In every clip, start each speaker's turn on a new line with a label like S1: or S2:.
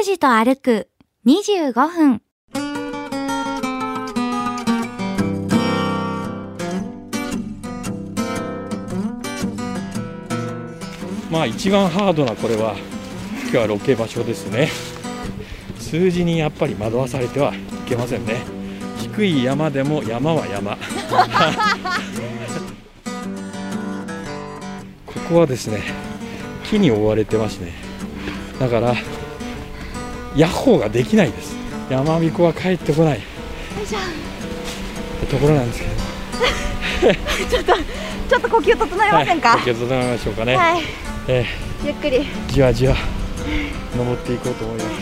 S1: 拓司と歩く25分。
S2: まあ一番ハードなこれは今日はロケ場所ですね。数字にやっぱり惑わされてはいけませんね。低い山でも山は山ここはですね、木に覆われてますね。だからヤッホーができないです。山彦は帰ってこないところなんですけど
S3: ちょっと呼吸整えませんか。
S2: 呼吸整えましょうかね。
S3: はい、ゆっくり
S2: じわじわ登っていこうと思います。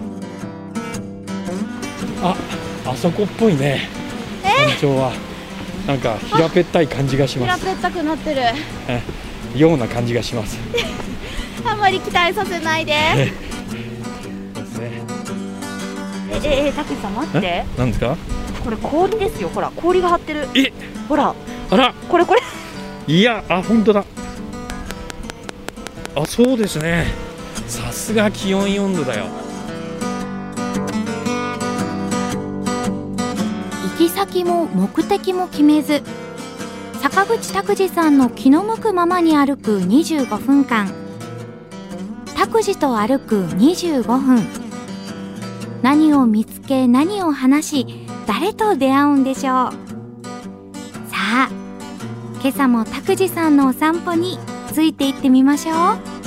S2: あそこっぽいね。山頂はなんか平べったい感じがします。
S3: 平べったくなってる
S2: ような感じがします
S3: あんまり期待させないで
S2: ですね。
S3: たけしさん待って、
S2: なんですか。
S3: これ氷ですよ。ほら氷が張ってる。ほら、
S2: あら、
S3: これ
S2: いや、本当だ。そうですね。さすが気温4度だよ。
S1: 行き先も目的も決めず、坂口拓司さんの気の向くままに歩く25分間。拓司と歩く25分。何を見つけ、何を話し、誰と出会うんでしょう。さあ、今朝も拓司さんのお散歩についていってみましょう。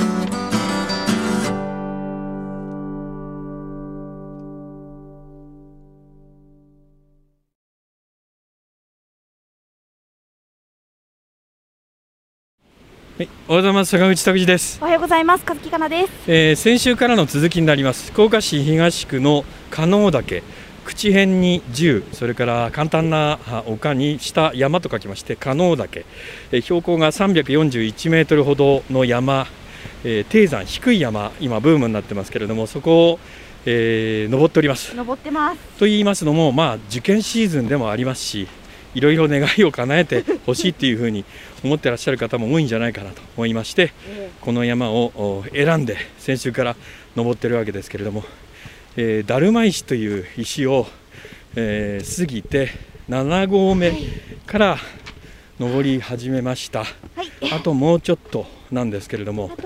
S2: はい、おはようございます。坂口拓司です。
S3: おはようございます。和木かなです。
S2: 先週からの続きになります。福岡市東区の加納岳、口辺に10、それから簡単な丘にした山と書きまして加納岳、標高が341メートルほどの山、低山、低い山、今ブームになってますけれども、そこを、登っております。
S3: 登ってます
S2: と言いますのも、受験シーズンでもありますし、いろいろ願いを叶えてほしいっていうふうに思ってらっしゃる方も多いんじゃないかなと思いまして、この山を選んで先週から登ってるわけですけれども、だるま石という石を、過ぎて7合目から登り始めました。あともうちょっとなんですけれども、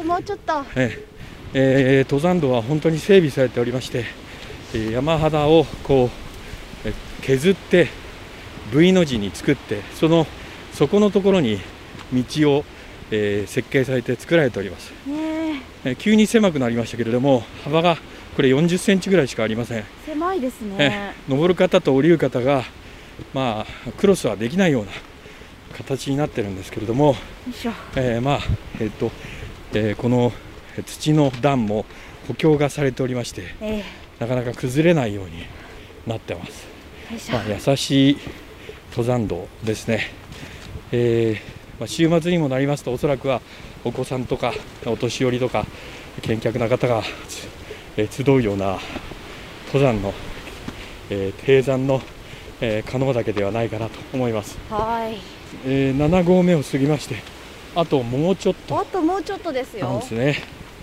S2: 登山道は本当に整備されておりまして、山肌をこう削ってV の字に作って、そこのところに道を、設計されて作られております。急に狭くなりましたけれども、幅がこれ40センチぐらいしかありません。
S3: 狭いですね。
S2: 登る方と降りる方が、クロスはできないような形になってるんですけれども、この土の段も補強がされておりまして、なかなか崩れないようになってます。優しい登山道ですね。週末にもなりますと、おそらくはお子さんとかお年寄りとか健脚な方が集うような登山の、低山の、加納岳ではないかなと思います。7合目を過ぎまして、あともうちょっとですよ。なんですね。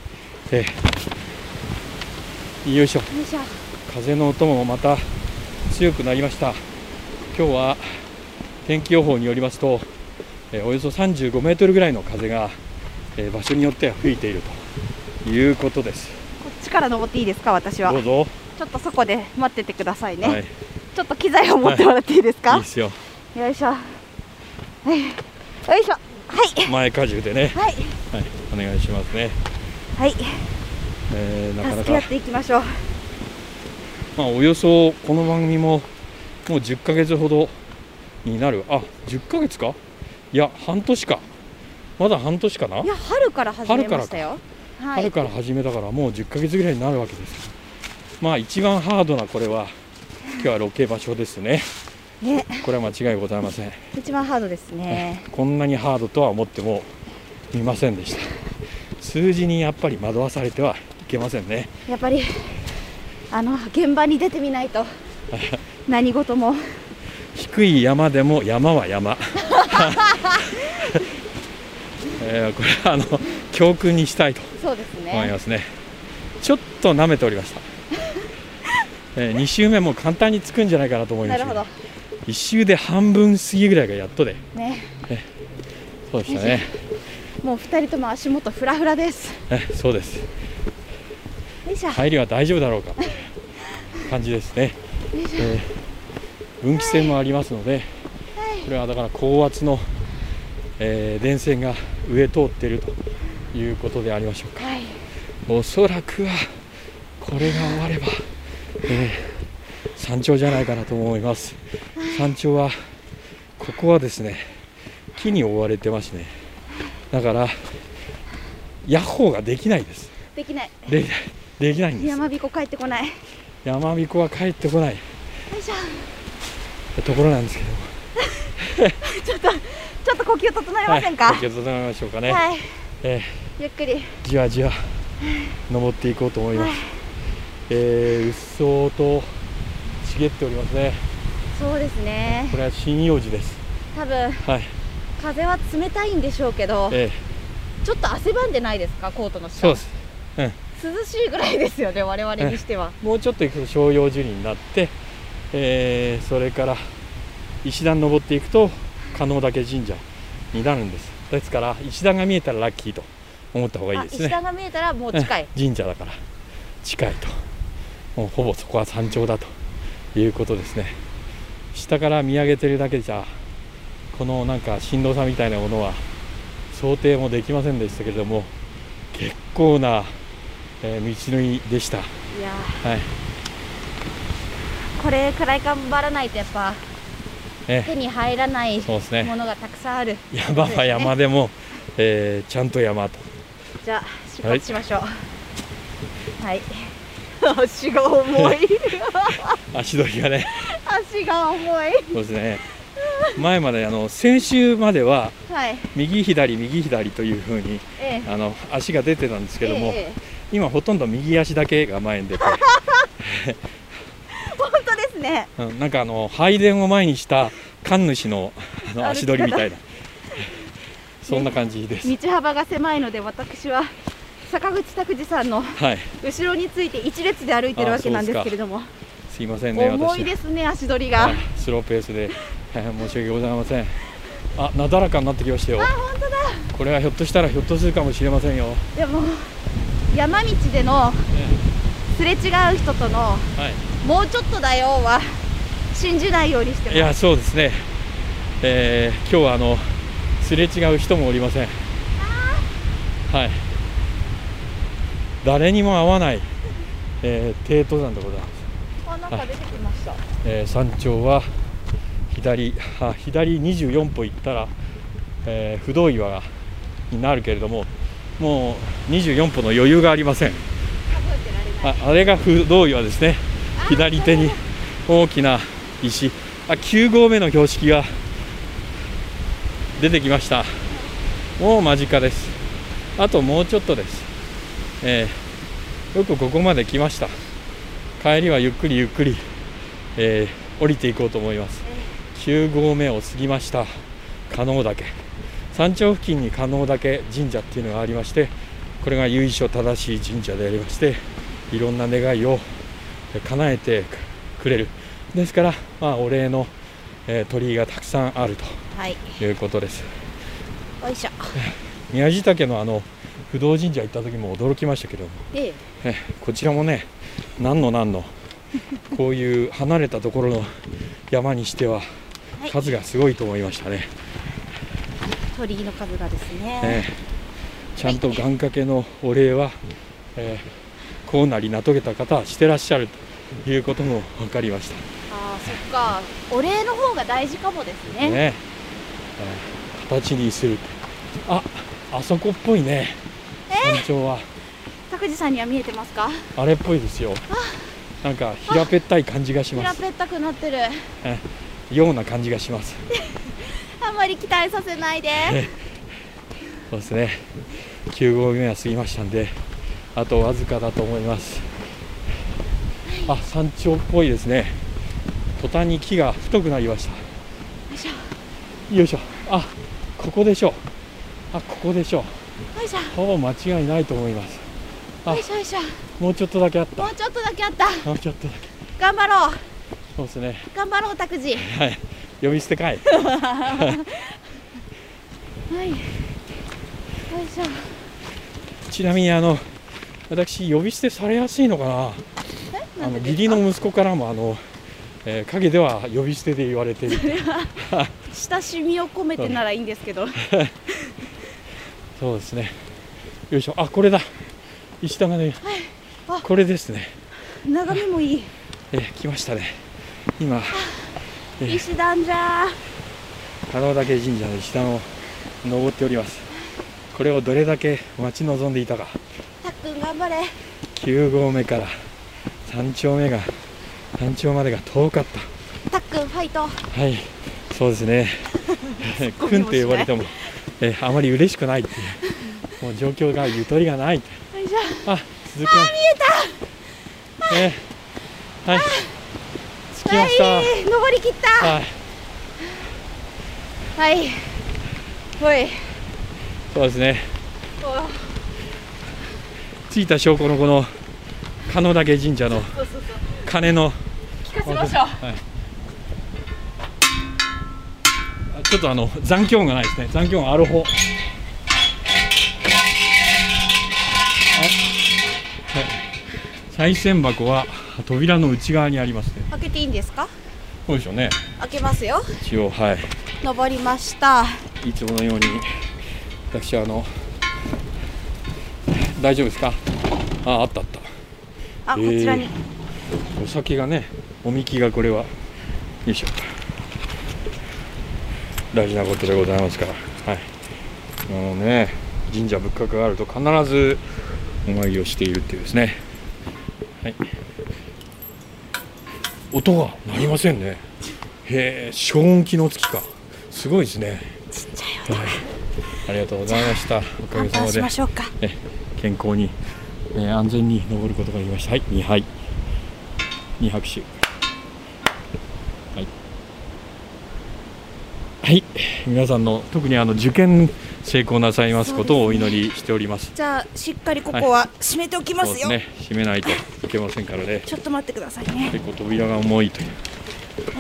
S2: よいしょ。風の音もまた強くなりました。今日は天気予報によりますと、およそ35メートルぐらいの風が、場所によっては吹いているということです。
S3: こっちから登っていいですか。私は
S2: どうぞ。
S3: ちょっとそこで待っててくださいね。ちょっと機材を持ってもらっていいですか。
S2: いいですよ。
S3: よいしょ。よいしょ。
S2: 前荷重でね。お願いしますね。なかなか
S3: 助け合っていきましょう。
S2: およそこの番組ももう10ヶ月ほどになる。10ヶ月か。いや半年か。まだ半年かな。
S3: いや春から始めましたよ。
S2: 春から始めたからもう10ヶ月ぐらいになるわけです。一番ハードなこれは今日はロケ場所ですね。これは間違いございません。
S3: 一番ハードですね。
S2: こんなにハードとは思ってもみませんでした。数字にやっぱり惑わされてはいけませんね。
S3: やっぱり現場に出てみないと何事も。
S2: 低い山でも山は山これは教訓にしたいと思いますね。ちょっと舐めておりました、2周目も簡単につくんじゃないかなと思いましたけど、1周で半分過ぎぐらいがやっとで、そうでしたね。
S3: もう2人とも足元フラフラです。
S2: そうです。帰りは大丈夫だろうかという感じですね。分岐線もありますので、これはだから高圧の、電線が上通っているということでありましょうか。おそらくはこれが終われば、山頂じゃないかなと思います。山頂はここはですね、木に覆われてますね。だからヤッホーができないです。
S3: できない
S2: んです。
S3: 山彦帰ってこない。
S2: 山彦は帰ってこないところなんですけども
S3: ちょっと呼吸整えませんか。
S2: 呼吸整えましょうかね。
S3: ゆっくり
S2: じわじわ登っていこうと思います。うっそうと茂っておりますね。
S3: そうですね。
S2: これは針葉樹です。
S3: 多分、風は冷たいんでしょうけど、ちょっと汗ばんでないですか、コートの下。
S2: そうです、
S3: 涼しいぐらいですよね、我々にしては。
S2: もうちょっと行くと照葉樹林になって、それから石段登っていくと叶嶽神社になるんです。ですから石段が見えたらラッキーと思った方がいいですね。
S3: 石段が見えたらもう近い、
S2: 神社だから近いと、もうほぼそこは山頂だということですね。下から見上げてるだけじゃこのなんかしんどさみたいなものは想定もできませんでしたけれども、結構な、道のりでした。いや、
S3: これくらい頑張らないとやっぱ手に入らないものがたくさんある、
S2: 山は山でも、ちゃんと山と。
S3: じゃあ出発しましょう。足が重い
S2: 足取りがね、
S3: 足が重い。
S2: そうですね。前まで先週までは右左右左というふうに、足が出てたんですけども、今ほとんど右足だけが前に出て
S3: 本当ですね。
S2: なんか拝殿を前にした神主の足取りみたいなそんな感じです。
S3: 道幅が狭いので私は坂口拓司さんの後ろについて一列で歩いてるわけなんですけれども、
S2: すいませんね、
S3: 重いですね、足取りが、
S2: スローペースで申し訳ございません。なだらかになってきましたよ。
S3: 本当だ。
S2: これはひょっとしたらひょっとするかもしれませんよ。
S3: でも山道でのすれ違う人との、もうちょっとだよは信じないようにしてます。
S2: いや、そうですね。今日はすれ違う人もおりません。誰にも会わない、低登山でございます。
S3: なんか出てきました。
S2: 山頂は左24歩行ったら、不動岩になるけれども、もう24歩の余裕がありません。あれが不動岩ですね。左手に大きな石、9合目の標識が出てきました。もう間近です。あともうちょっとです。よくここまで来ました。帰りはゆっくりゆっくり、降りていこうと思います。9合目を過ぎました。叶嶽山頂付近に叶嶽神社っていうのがありまして、これが由緒正しい神社でありまして、いろんな願いを叶えてくれる。ですから、お礼の、鳥居がたくさんあるということです。
S3: よいしょ。
S2: 宮地岳の不動神社行った時も驚きましたけども、こちらもね、何のこういう離れたところの山にしては数がすごいと思いましたね。
S3: 鳥居の数がですね、
S2: ちゃんと願掛けのお礼は、こうなり名遂げた方はしてらっしゃるということも分かりました。
S3: そっか、お礼の方が大事かもですね。
S2: 形にする。あそこっぽいね。山頂は
S3: 拓司さんには見えてますか？
S2: あれっぽいですよ。なんか平べったい感じがします。
S3: 平べったくなってる、
S2: ような感じがします
S3: あんまり期待させないで
S2: そうですね。9合目は過ぎましたんで、あとわずかだと思います。山頂っぽいですね。途端に木が太くなりました。よいしょ。ここでしょう。ここでしょう。ほぼ間違いないと思います。
S3: よいしょよいしょ。
S2: もうちょっとだけあった。
S3: もうちょっとだけあった。
S2: もうちょっとだけ。
S3: 頑張ろう。
S2: そうですね。
S3: 頑張ろう拓司。
S2: はい。呼び捨てかい。
S3: はい。よいしょ。
S2: ちなみに私呼び捨てされやすいのかな。義理の息子からも陰では呼び捨てで言われている。
S3: 親しみを込めてならいいんですけど。
S2: そうですね。よいしょ。あ、これだ。石段がね、はい、これですね。
S3: 眺めもいい。
S2: 来ましたね。今、
S3: 石段じゃ
S2: ー。叶岳神社の石段を登っております。これをどれだけ待ち望んでいたか。
S3: たっくん頑張れ。
S2: 9合目から山頂までが遠かった。
S3: たっくんファイト。
S2: はい、そうですね。くんって呼ばれても、あまり嬉しくないっていう、もう状況がゆとりがない。あ、鈴木さん。
S3: 見え
S2: た。はい。着きました。
S3: 登り切った。はい。はい。ほい。
S2: そうですね。着いた証拠のこの叶岳神社の鐘の。
S3: 聞かせましょう。はい。
S2: ちょっと残響音がないですね。残響音ある方。賽銭箱は扉の内側にありますね。
S3: 開けていいんですか？
S2: そうでしょうね。
S3: 開けますよ。
S2: 一応、はい。
S3: 登りました。
S2: いつものように私は大丈夫ですか？あったあった。
S3: こちらに。
S2: お酒がね、おみきがこれはよいしょ。大事なことでございますから。はい。もうね、神社仏閣があると必ずお参りをしているっていうですね。はい、音が鳴りませんね。へえ、消音機能付きか。すごいですね。
S3: ちっちゃい音、はい、
S2: ありがとうございました。おかげさまで
S3: しましょうか。
S2: 健康に、安全に登ることができました。はい、2杯2拍手。はい、はい、皆さんの特に受験成功なさいますことをお祈りしております。
S3: じゃあしっかりここは閉めておきますよ。
S2: そうですね、閉めないといけませんからね。
S3: ちょっと待ってくださいね。
S2: 結構扉が重いという。
S3: はい、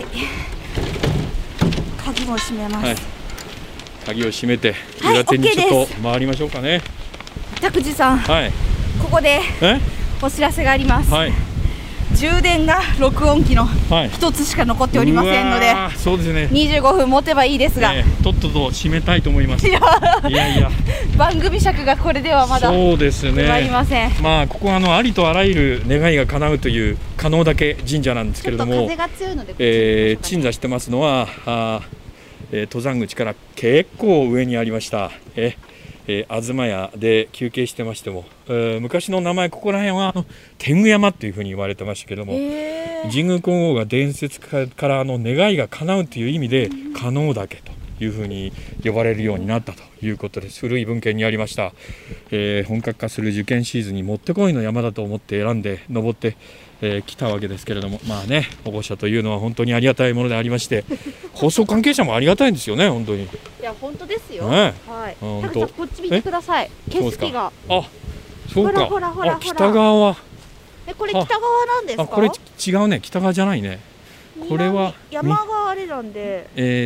S3: 鍵も閉めます。
S2: はい、鍵を閉めて裏手にちょっと回りましょうかね。
S3: 拓司さん、
S2: はい、
S3: ここでお知らせがあります。
S2: はい、
S3: 充電が録音機の一つしか残っておりませんので、
S2: そうですね、
S3: 25分持てばいいですが、
S2: とっとと締めたいと思います。いや
S3: 番組尺がこれではまだ
S2: そうですね、
S3: ありません。
S2: まあここはありとあらゆる願いが叶うという叶岳神社なんですけれども、
S3: 風が強いので
S2: 鎮座してますのは登山口から結構上にありました東屋で休憩してましても、昔の名前ここら辺は天狗山っていうふうに言われてましたけども、神宮皇后が伝説から願いが叶うという意味で叶岳というふうに呼ばれるようになったということです。古い文献にありました。本格化する受験シーズンにもってこいの山だと思って選んで登って来たわけですけれども、まあね、保護者というのは本当にありがたいものでありまして、放送関係者もありがたいんですよね、本当に。
S3: いや本当ですよ。
S2: はい。
S3: 本当。こっち見てください。景色が。
S2: あ、そうか。
S3: ほら。
S2: 北側は。
S3: これ北側なんですか？
S2: これ違うね、北側じゃないね。これは
S3: 山があれなんで。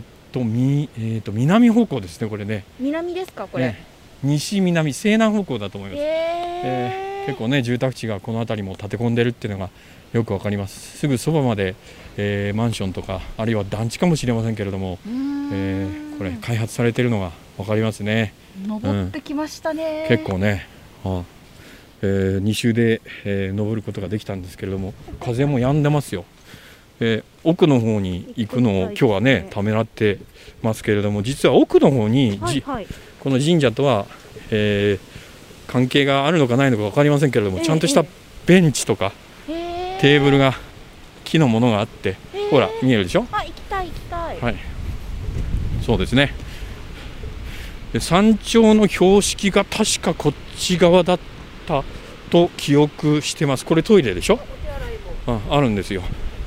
S2: 南方向ですね、これね。
S3: 南ですか、これ。
S2: 西南西南方向だと思います。結構ね、住宅地がこの辺りも建て込んでるっていうのがよくわかります。すぐそばまで、マンションとかあるいは団地かもしれませんけれども、これ開発されてるのがわかりますね。
S3: 登ってきましたね。
S2: 結構ね、2周で、登ることができたんですけれども、風も止んでますよ。奥の方に行くのを今日はねためらってますけれども、実は奥の方に、この神社とは、関係があるのかないのか分かりませんけれども、ちゃんとしたベンチとか、テーブルが木のものがあって、ほら見えるでしょ。
S3: 行きたい。
S2: はい、そうですね。で山頂の標識が確かこっち側だったと記憶してます。これトイレでしょ。あるんですよ。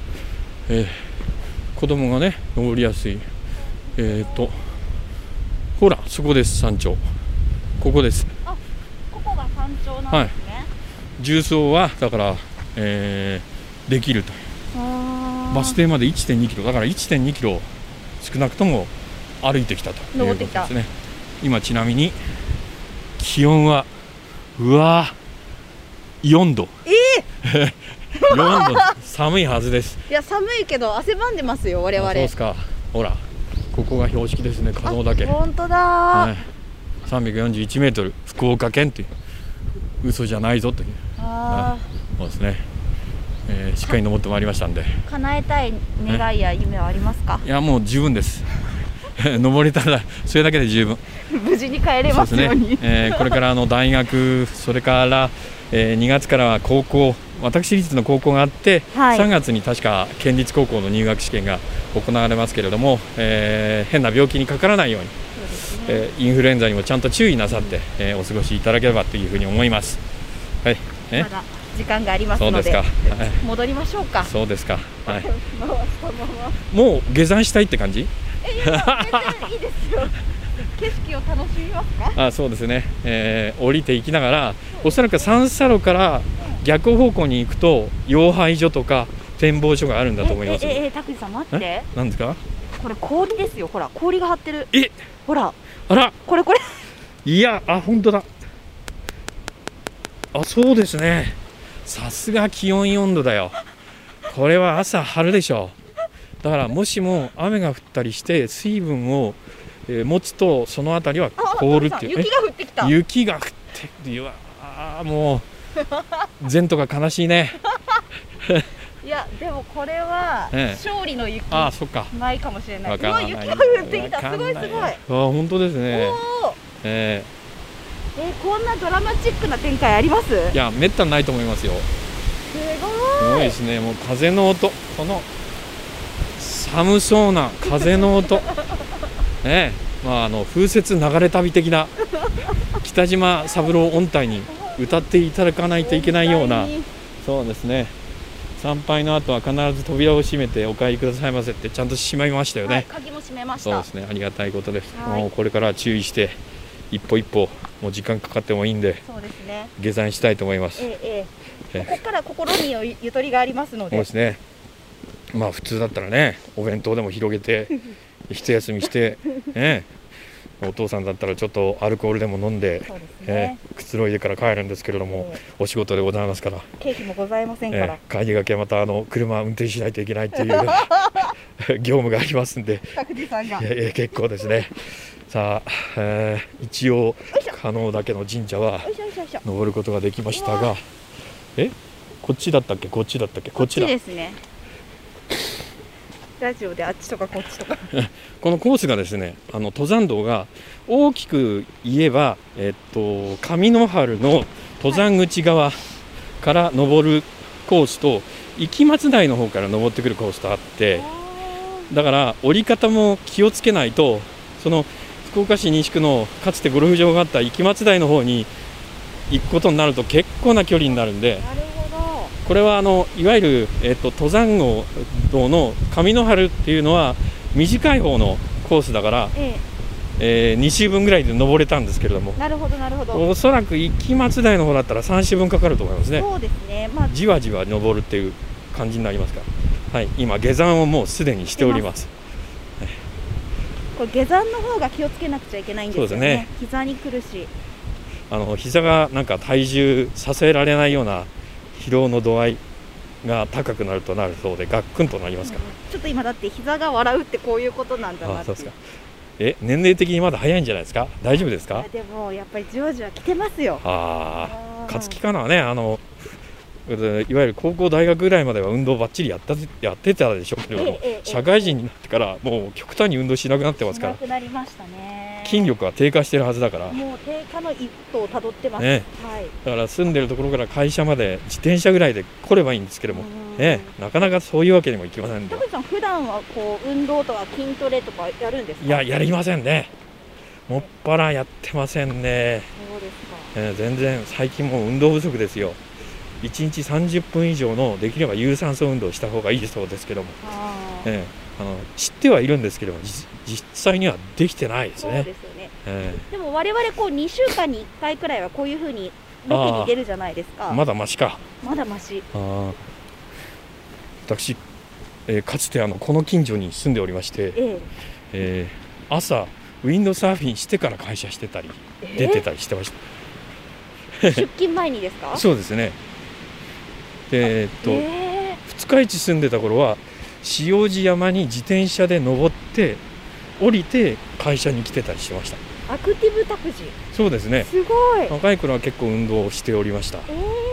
S2: 子供がね登りやすい。ほらそこです、山頂。ここです。
S3: ここが山頂なんですね。
S2: 重曹はだから、できると。バス停まで 1.2 キロだから 1.2 キロ少なくとも歩いてきたということですね。今ちなみに気温は4度。4度寒いはずです。
S3: いや寒いけど汗ばんでますよ我々。
S2: そうですか。ほらここが標識ですね、加納岳。
S3: 本当だ、
S2: 341メートル、福岡県という嘘じゃないぞという。そうですね、しっかり登ってまいりましたんで。
S3: 叶えたい願いや夢はありますか？
S2: いやもう十分です登れたらそれだけで十分。
S3: 無事に帰れますように。
S2: これから大学、それから2月からは高校、私立の高校があって、3月に確か県立高校の入学試験が行われますけれども、変な病気にかからないように、インフルエンザにもちゃんと注意なさって、お過ごしいただければというふうに思います。はい、
S3: まだ時間がありますので、戻りましょうか。
S2: そうですか、もう下山したいって感じ？
S3: いや全然いいですよ景色を楽しみますか？
S2: そうですね、降りていきながら、おそらく三差路から逆方向に行くと養廃所とか展望所があるんだと思います。
S3: 拓司さん待って、
S2: 何ですか？
S3: これ氷ですよ。ほら氷が張ってる。ほら、
S2: あら、
S3: これ
S2: いや、本当だ。そうですね、さすが気温4度だよ。これは朝張るでしょう。だからもしも雨が降ったりして水分を持つとその辺りは凍るっていう。
S3: 雪が降ってきた。
S2: 雪が降って、もう前途が悲しいね
S3: いやでもこれは勝利の雪ないかもしれない。雪が降ってきた。すごいすごい。
S2: 本当ですね。
S3: こんなドラマチックな展開あります？
S2: いやめったにないと思いますよ。すごいですね。もう風の音、この寒そうな風の音風雪流れ旅的な北島三郎音体に歌っていただかないといけないような。そうですね、参拝の後は必ず扉を閉めてお帰りくださいませってちゃんと閉めましたよね。
S3: 鍵も閉めました。
S2: そうですね、ありがたいことです。もうこれから注意して一歩一歩、もう時間かかってもいいんで、
S3: そうですね、
S2: 下山したいと思います。
S3: ここから心にゆとりがありますので。
S2: そうですね、普通だったらね、お弁当でも広げて一休みしてお父さんだったらちょっとアルコールでも飲んで、くつろいでから帰るんですけれども、お仕事でございますから、
S3: 経費もございませんから、
S2: 帰りがけまた車を運転しないといけないという業務がありますんで、結構ですね。さあ、一応加納岳の神社は登ることができましたが、こっちだったっけ、こっちだったっけ、こっちだ。
S3: ですね。ラジオであっちとかこっちとか
S2: このコースがですね、登山道が大きく言えば、上野原の登山口側から登るコースと、行松台の方から登ってくるコースとあって、だから降り方も気をつけないと、その福岡市西区のかつてゴルフ場があった行松台の方に行くことになると結構な距離になるんで、これはいわゆる、登山道の上野原っていうのは短い方のコースだから、2周分ぐらいで登れたんですけれども、
S3: なるほどなるほど。
S2: おそらく行松台の方だったら3周分かかると思いますね。
S3: そうですね、
S2: じわじわ登るっていう感じになりますから、今下山をもうすでにしております。
S3: これ下山の方が気をつけなくちゃいけないんですよね。そうですね、膝に来るし、
S2: 膝がなんか体重支えられないような疲労の度合いが高くなるとなるそうで、ガックンとなりますから、
S3: ちょっと今だって膝が笑うってこういうことなんだなって。
S2: そうですか。年齢的にまだ早いんじゃないですか。大丈夫ですか。
S3: でもやっぱりじわじわ来てますよ。
S2: 勝木かなね、いわゆる高校大学ぐらいまでは運動ばっちりやってたでしょうけど、社会人になってからもう極端に運動しなくなってますから、
S3: しなくなりましたね。
S2: 筋力は低下してるはずだから、
S3: もう低下の一途をたどってます、
S2: だから住んでるところから会社まで自転車ぐらいで来ればいいんですけども、なかなかそういうわけにもいきませんで。
S3: 田口さん、普段はこう運動とか筋トレとかやるんですか。
S2: いや、やりませんね。もっぱらやってませんね。
S3: そうですか。
S2: 全然最近もう運動不足ですよ。1日30分以上のできれば有酸素運動した方がいいそうですけども、知ってはいるんですけども、実際にはできてないですね。
S3: そうですよね。でも我々こう2週間に1回くらいはこういうふうにロケに出るじゃないですか。
S2: まだマシか。
S3: まだマシ。
S2: 私、かつてこの近所に住んでおりまして、朝ウィンドサーフィンしてから会社してたり、出てたりしてました。
S3: 出勤前にですか？
S2: そうですね。2日市住んでた頃は塩路山に自転車で登って降りて会社に来てたりしてました。
S3: アクティブ託児。
S2: そうですね。
S3: すごい。
S2: 若い頃は結構運動をしておりました。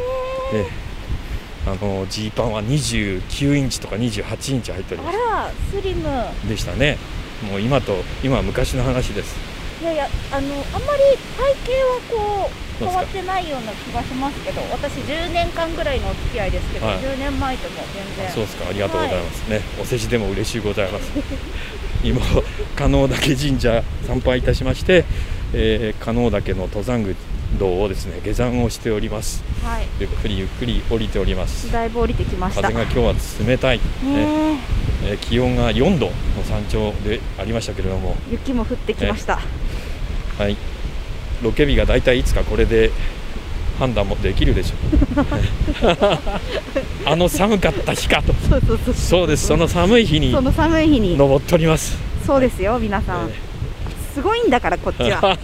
S2: ジーパンは29インチとか28インチ入っておりました。
S3: あら、スリム
S2: でしたね。もう今は昔の話です。
S3: いやいや、あんまり体型はこう変わってないような気がしますけど、私10年間ぐらいのお付き合いですけど、10年前とも全然。
S2: そうですか、ありがとうございますね。お世辞でも嬉しいございます。今加納岳神社参拝いたしまして、加納岳の登山道をですね下山をしております。ゆっくりゆっくり降りております。
S3: だいぶ降りてきました。
S2: 風が今日は冷たい、気温が4度の山頂でありましたけれども、
S3: 雪も降ってきました。
S2: はい、ロケ日がだいたいいつかこれで判断もできるでしょう。寒かった日かと。そうです。その寒い日に登っております。
S3: そうですよ、皆さん、すごいんだからこっちは。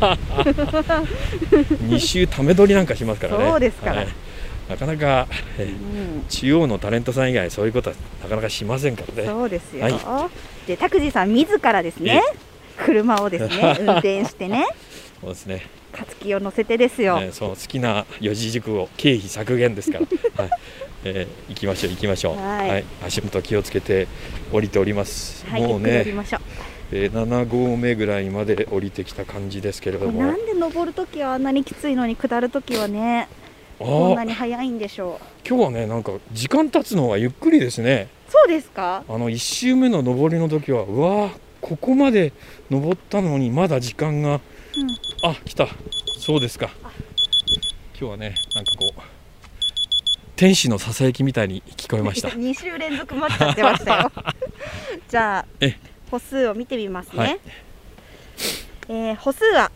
S2: 2週ため撮りなんかしますからね。
S3: そうですから、
S2: なかなか、中央のタレントさん以外そういうことはなかなかしませんからね。
S3: そうですよ。で、拓司さん自らですね、車をですね運転してね。
S2: そうですね。
S3: 勝木を乗せてですよ。
S2: そう、好きな四字熟語、経費削減ですから。行きましょう行きましょう。足元気をつけて降りております。もうね、7合目ぐらいまで降りてきた感じですけれども。
S3: なんで登るときはあんなにきついのに下るときはねこんなに早いんでしょう。
S2: 今日はね、なんか時間経つのがゆっくりですね。
S3: そうですか。
S2: 1周目の上りの時は、うわー、ここまで登ったのにまだ時間が、来た。そうですか。今日はね、なんかこう天使のささやきみたいに聞こえました。
S3: 2週連続待っちゃってましたよ。じゃあ歩数を見てみますね。歩数は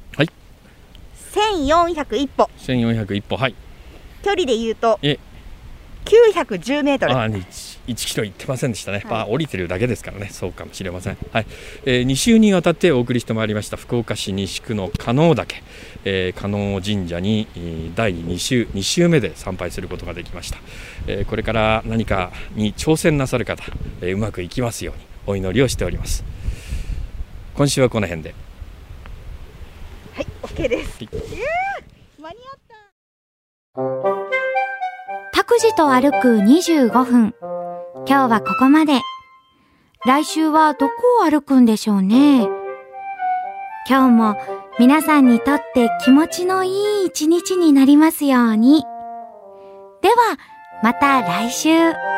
S3: 1401歩。
S2: 1401歩。はい。
S3: 距離で言うと910メートル。
S2: 1キロ行ってませんでしたね。降りてるだけですからね。そうかもしれません。はい。2週にわたってお送りしてまいりました福岡市西区の加納岳、加納神社に第2週目で参拝することができました。これから何かに挑戦なさる方、うまくいきますようにお祈りをしております。今週はこの辺で。
S3: はい、OK です。間に合った。
S1: 拓司と歩く25分。今日はここまで。来週はどこを歩くんでしょうね。今日も皆さんにとって気持ちのいい一日になりますように。では、また来週。